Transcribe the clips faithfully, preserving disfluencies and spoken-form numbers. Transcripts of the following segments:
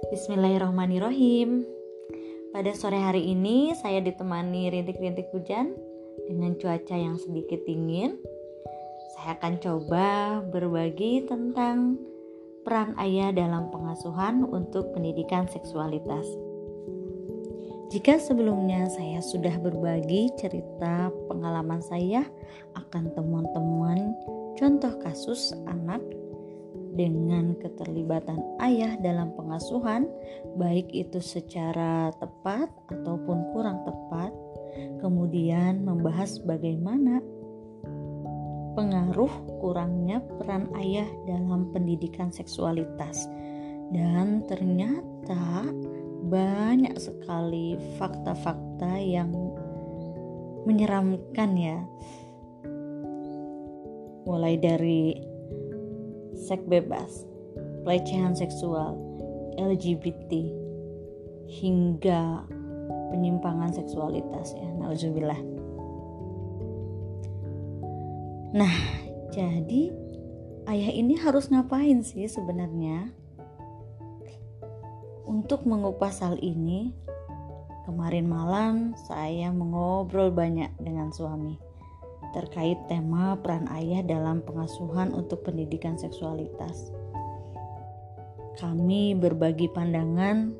Bismillahirrahmanirrahim. Pada sore hari ini saya ditemani rintik-rintik hujan dengan cuaca yang sedikit dingin. Saya akan coba berbagi tentang peran ayah dalam pengasuhan untuk pendidikan seksualitas. Jika sebelumnya saya sudah berbagi cerita pengalaman saya akan temuan-temuan contoh kasus anak dengan keterlibatan ayah dalam pengasuhan, baik itu secara tepat ataupun kurang tepat, kemudian membahas bagaimana pengaruh kurangnya peran ayah dalam pendidikan seksualitas. Dan ternyata banyak sekali fakta-fakta yang menyeramkan ya. Mulai dari seks bebas, pelecehan seksual, L G B T, hingga penyimpangan seksualitas ya, nauzubillah. Nah, jadi ayah ini harus ngapain sih sebenarnya? Untuk mengupas hal ini, kemarin malam saya mengobrol banyak dengan suami terkait tema peran ayah dalam pengasuhan untuk pendidikan seksualitas. Kami berbagi pandangan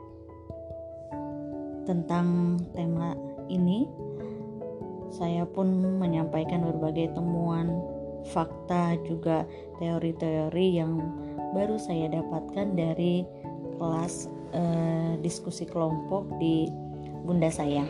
tentang tema ini. Saya pun menyampaikan berbagai temuan, fakta, juga teori-teori yang baru saya dapatkan dari kelas eh, diskusi kelompok di Bunda Sayang.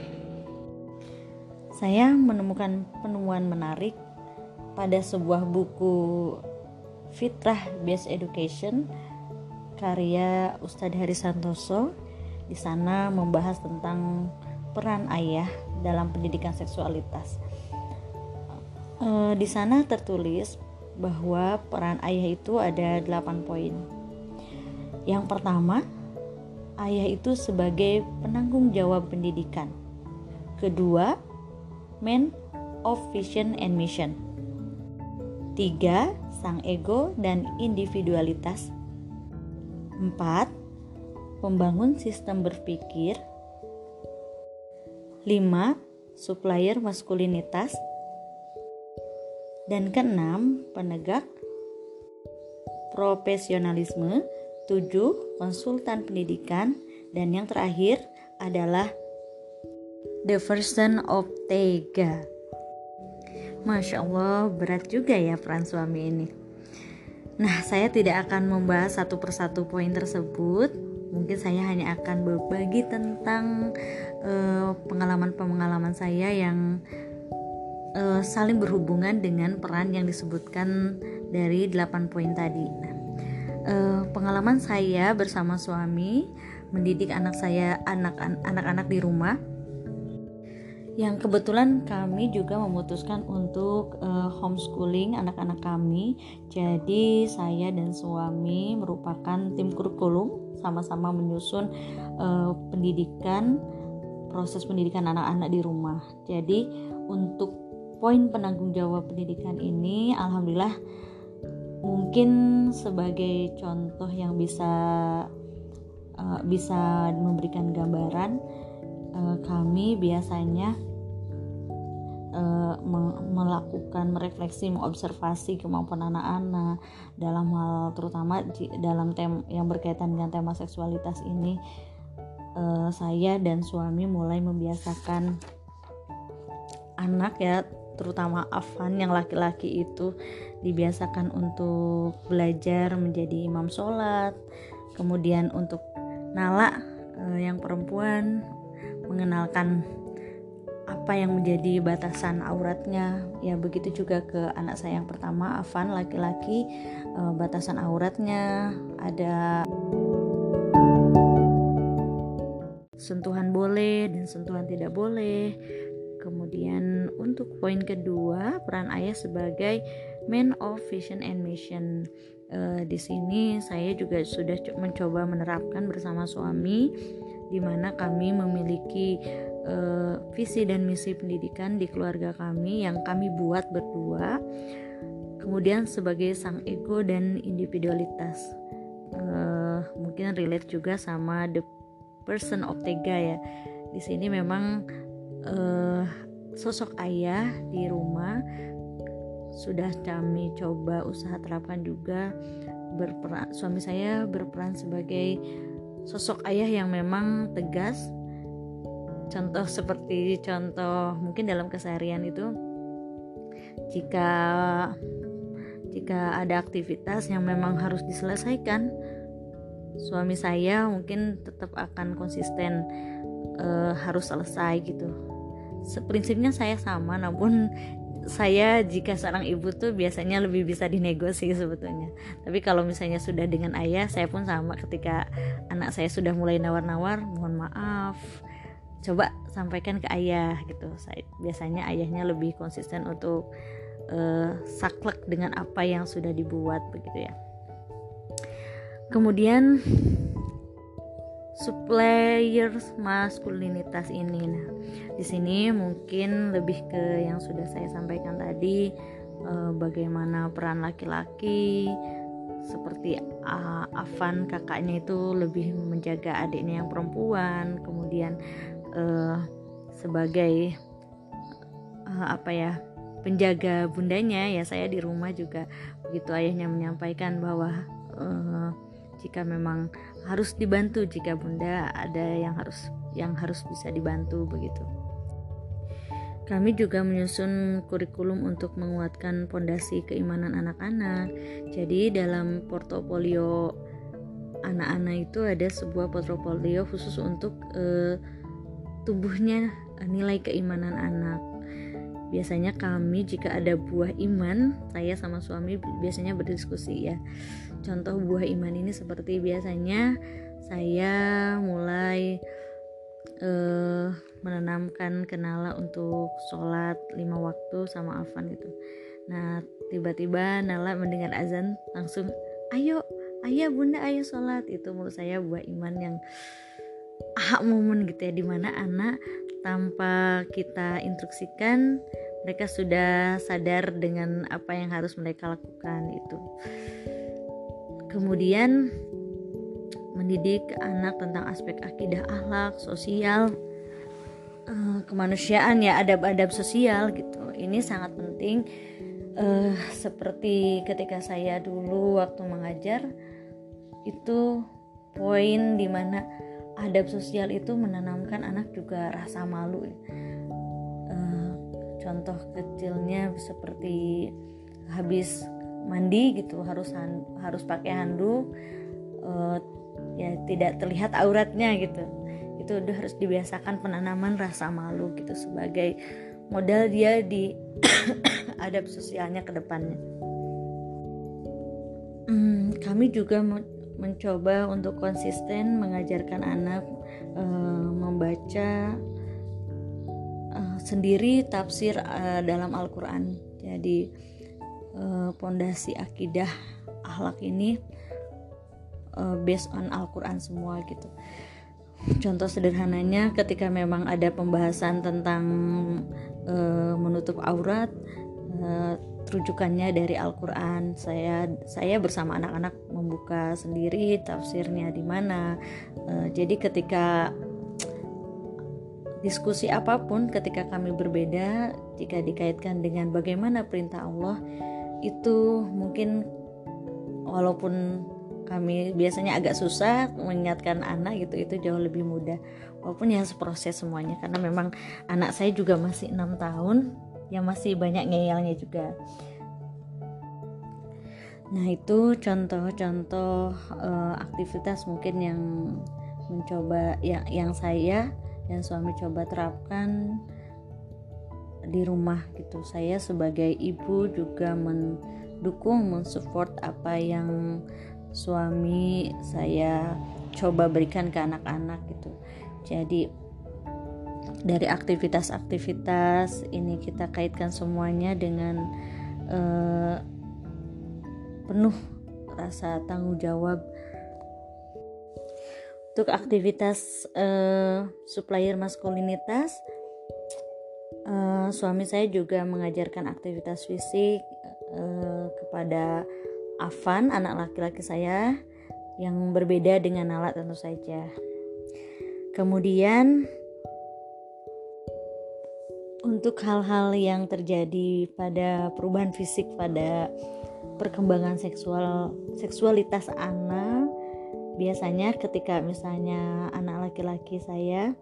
Saya menemukan penemuan menarik pada sebuah buku Fitrah Based Education karya Ustadz Hari Santoso. Di sana membahas tentang peran ayah dalam pendidikan seksualitas. E, di sana tertulis bahwa peran ayah itu ada delapan poin. Yang pertama, ayah itu sebagai penanggung jawab pendidikan. Kedua, man of vision and mission. Tiga, sang ego dan individualitas. Empat, pembangun sistem berpikir. Lima, supplier maskulinitas. Dan keenam, penegak profesionalisme. Tujuh, konsultan pendidikan. Dan yang terakhir adalah the version of Tega. Masya Allah, berat juga ya peran suami ini. Nah, saya tidak akan membahas satu persatu poin tersebut. Mungkin saya hanya akan berbagi tentang uh, pengalaman-pengalaman saya yang uh, saling berhubungan dengan peran yang disebutkan dari delapan poin tadi. Nah, uh, pengalaman saya bersama suami mendidik anak saya, anak-anak di rumah, yang kebetulan kami juga memutuskan untuk uh, homeschooling anak-anak kami. Jadi saya dan suami merupakan tim kurikulum, sama-sama menyusun uh, pendidikan, proses pendidikan anak-anak di rumah. Jadi untuk poin penanggung jawab pendidikan ini, alhamdulillah mungkin sebagai contoh yang bisa uh, bisa memberikan gambaran. Kami biasanya uh, melakukan merefleksi, mengobservasi kemampuan anak-anak dalam hal terutama dalam tem yang berkaitan dengan tema seksualitas ini. Uh, saya dan suami mulai membiasakan anak ya, terutama Afan yang laki-laki itu dibiasakan untuk belajar menjadi imam sholat. Kemudian untuk Nala uh, yang perempuan mengenalkan apa yang menjadi batasan auratnya. Ya begitu juga ke anak saya yang pertama, Afan laki-laki, e, batasan auratnya, ada sentuhan boleh dan sentuhan tidak boleh. Kemudian untuk poin kedua, peran ayah sebagai man of vision and mission. E, di sini saya juga sudah mencoba menerapkan bersama suami, di mana kami memiliki uh, visi dan misi pendidikan di keluarga kami yang kami buat berdua. Kemudian sebagai sang ego dan individualitas, uh, uh, mungkin relate juga sama the person of Tega ya. Di sini memang uh, sosok ayah di rumah sudah kami coba usaha terapkan juga. Berperan, suami saya berperan sebagai sosok ayah yang memang tegas. Contoh seperti contoh mungkin dalam keseharian itu, jika jika ada aktivitas yang memang harus diselesaikan, suami saya mungkin tetap akan konsisten e, harus selesai gitu. Prinsipnya saya sama, namun saya jika seorang ibu tuh biasanya lebih bisa dinegosi sebetulnya. Tapi kalau misalnya sudah dengan ayah, saya pun sama. Ketika anak saya sudah mulai nawar-nawar, mohon maaf, coba sampaikan ke ayah gitu. Saya, biasanya ayahnya lebih konsisten untuk uh, saklek dengan apa yang sudah dibuat begitu ya. Kemudian supplier maskulinitas ini, nah di sini mungkin lebih ke yang sudah saya sampaikan tadi, uh, bagaimana peran laki-laki seperti uh, Afan kakaknya itu lebih menjaga adiknya yang perempuan, kemudian uh, sebagai uh, apa ya penjaga bundanya ya, saya di rumah juga begitu ayahnya menyampaikan bahwa uh, jika memang harus dibantu, jika bunda ada yang harus yang harus bisa dibantu begitu. Kami juga menyusun kurikulum untuk menguatkan pondasi keimanan anak-anak. Jadi dalam portofolio anak-anak itu ada sebuah portofolio khusus untuk uh, tumbuhnya nilai keimanan anak. Biasanya kami jika ada buah iman, saya sama suami biasanya berdiskusi ya. Contoh buah iman ini seperti biasanya saya mulai uh, menanamkan Kenala untuk sholat lima waktu sama Afan gitu. Nah tiba-tiba Nala mendengar azan langsung ayo ayah bunda ayo sholat. Itu menurut saya buah iman yang aha momen gitu ya, dimana anak tanpa kita instruksikan mereka sudah sadar dengan apa yang harus mereka lakukan itu. Kemudian mendidik anak tentang aspek akidah, akhlak, sosial, kemanusiaan ya, adab-adab sosial gitu. Ini sangat penting. Uh, seperti ketika saya dulu waktu mengajar itu poin dimana adab sosial itu menanamkan anak juga rasa malu. Uh, contoh kecilnya seperti habis mandi gitu harus hand, harus pakai handuk, uh, ya tidak terlihat auratnya gitu. Itu udah harus dibiasakan penanaman rasa malu gitu sebagai modal dia di adab sosialnya ke depannya. Hmm, kami juga mencoba untuk konsisten mengajarkan anak uh, membaca uh, sendiri tafsir uh, dalam Al-Quran. Jadi pondasi uh, akidah akhlak ini uh, based on Al-Quran semua gitu. Contoh sederhananya ketika memang ada pembahasan tentang uh, menutup aurat, uh, rujukannya dari Al-Quran. Saya saya bersama anak-anak membuka sendiri tafsirnya di mana. Uh, jadi ketika diskusi apapun, ketika kami berbeda, jika dikaitkan dengan bagaimana perintah Allah, itu mungkin walaupun kami biasanya agak susah mengingatkan anak gitu, itu jauh lebih mudah. Walaupun ya proses semuanya, karena memang anak saya juga masih enam tahun, yang masih banyak ngeyelnya juga. Nah itu contoh-contoh uh, aktivitas mungkin yang mencoba yang yang saya dan suami coba terapkan di rumah gitu. Saya sebagai ibu juga mendukung, mensupport apa yang suami saya coba berikan ke anak-anak gitu. Jadi dari aktivitas-aktivitas ini kita kaitkan semuanya dengan uh, penuh rasa tanggung jawab. Untuk aktivitas uh, supplier maskulinitas, uh, suami saya juga mengajarkan aktivitas fisik uh, kepada Afan, anak laki-laki saya, yang berbeda dengan alat tentu saja. Kemudian untuk hal-hal yang terjadi pada perubahan fisik pada perkembangan seksual seksualitas anak, biasanya ketika misalnya anak laki-laki saya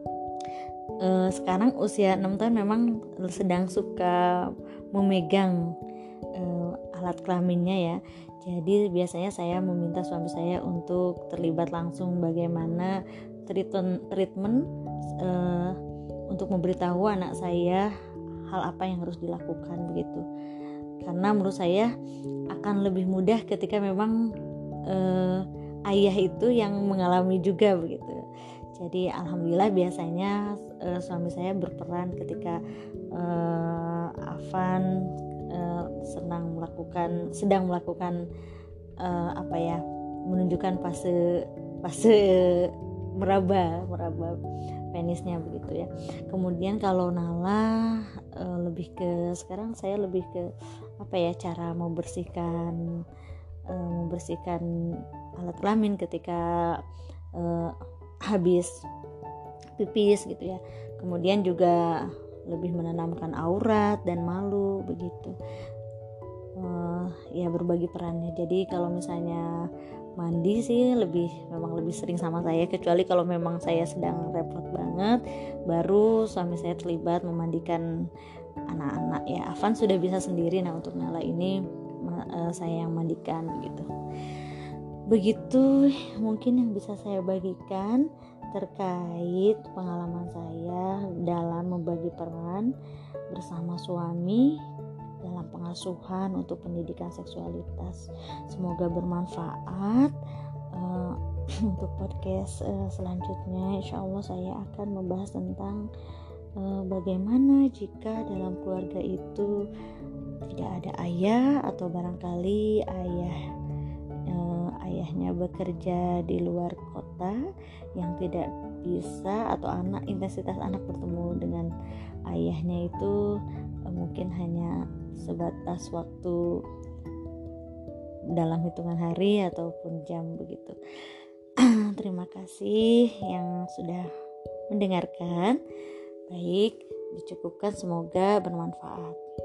eh, sekarang usia enam tahun memang sedang suka memegang eh, alat kelaminnya ya. Jadi biasanya saya meminta suami saya untuk terlibat langsung bagaimana treatment, treatment uh, untuk memberitahu anak saya hal apa yang harus dilakukan begitu. Karena menurut saya akan lebih mudah ketika memang uh, ayah itu yang mengalami juga begitu. Jadi alhamdulillah biasanya uh, suami saya berperan ketika uh, Afan uh, senang melakukan sedang melakukan uh, apa ya menunjukkan fase fase meraba meraba penisnya begitu ya. Kemudian kalau Nala uh, lebih ke sekarang saya lebih ke apa ya cara membersihkan uh, membersihkan alat kelamin ketika uh, habis pipis gitu ya. Kemudian juga lebih menanamkan aurat dan malu begitu. Uh, ya berbagi perannya. Jadi kalau misalnya mandi sih lebih memang lebih sering sama saya, kecuali kalau memang saya sedang repot banget baru suami saya terlibat memandikan anak-anak ya. Afan sudah bisa sendiri, nah untuk Nala ini uh, saya yang mandikan gitu. Begitu mungkin yang bisa saya bagikan terkait pengalaman saya dalam membagi peran bersama suami dalam pengasuhan untuk pendidikan seksualitas. Semoga bermanfaat. Uh, untuk podcast uh, selanjutnya insya Allah saya akan membahas tentang uh, bagaimana jika dalam keluarga itu tidak ada ayah atau barangkali ayah uh, ayahnya bekerja di luar kota yang tidak bisa, atau anak intensitas anak bertemu dengan ayahnya itu uh, mungkin hanya sebatas waktu dalam hitungan hari ataupun jam begitu. Terima kasih yang sudah mendengarkan. Baik, dicukupkan, semoga bermanfaat.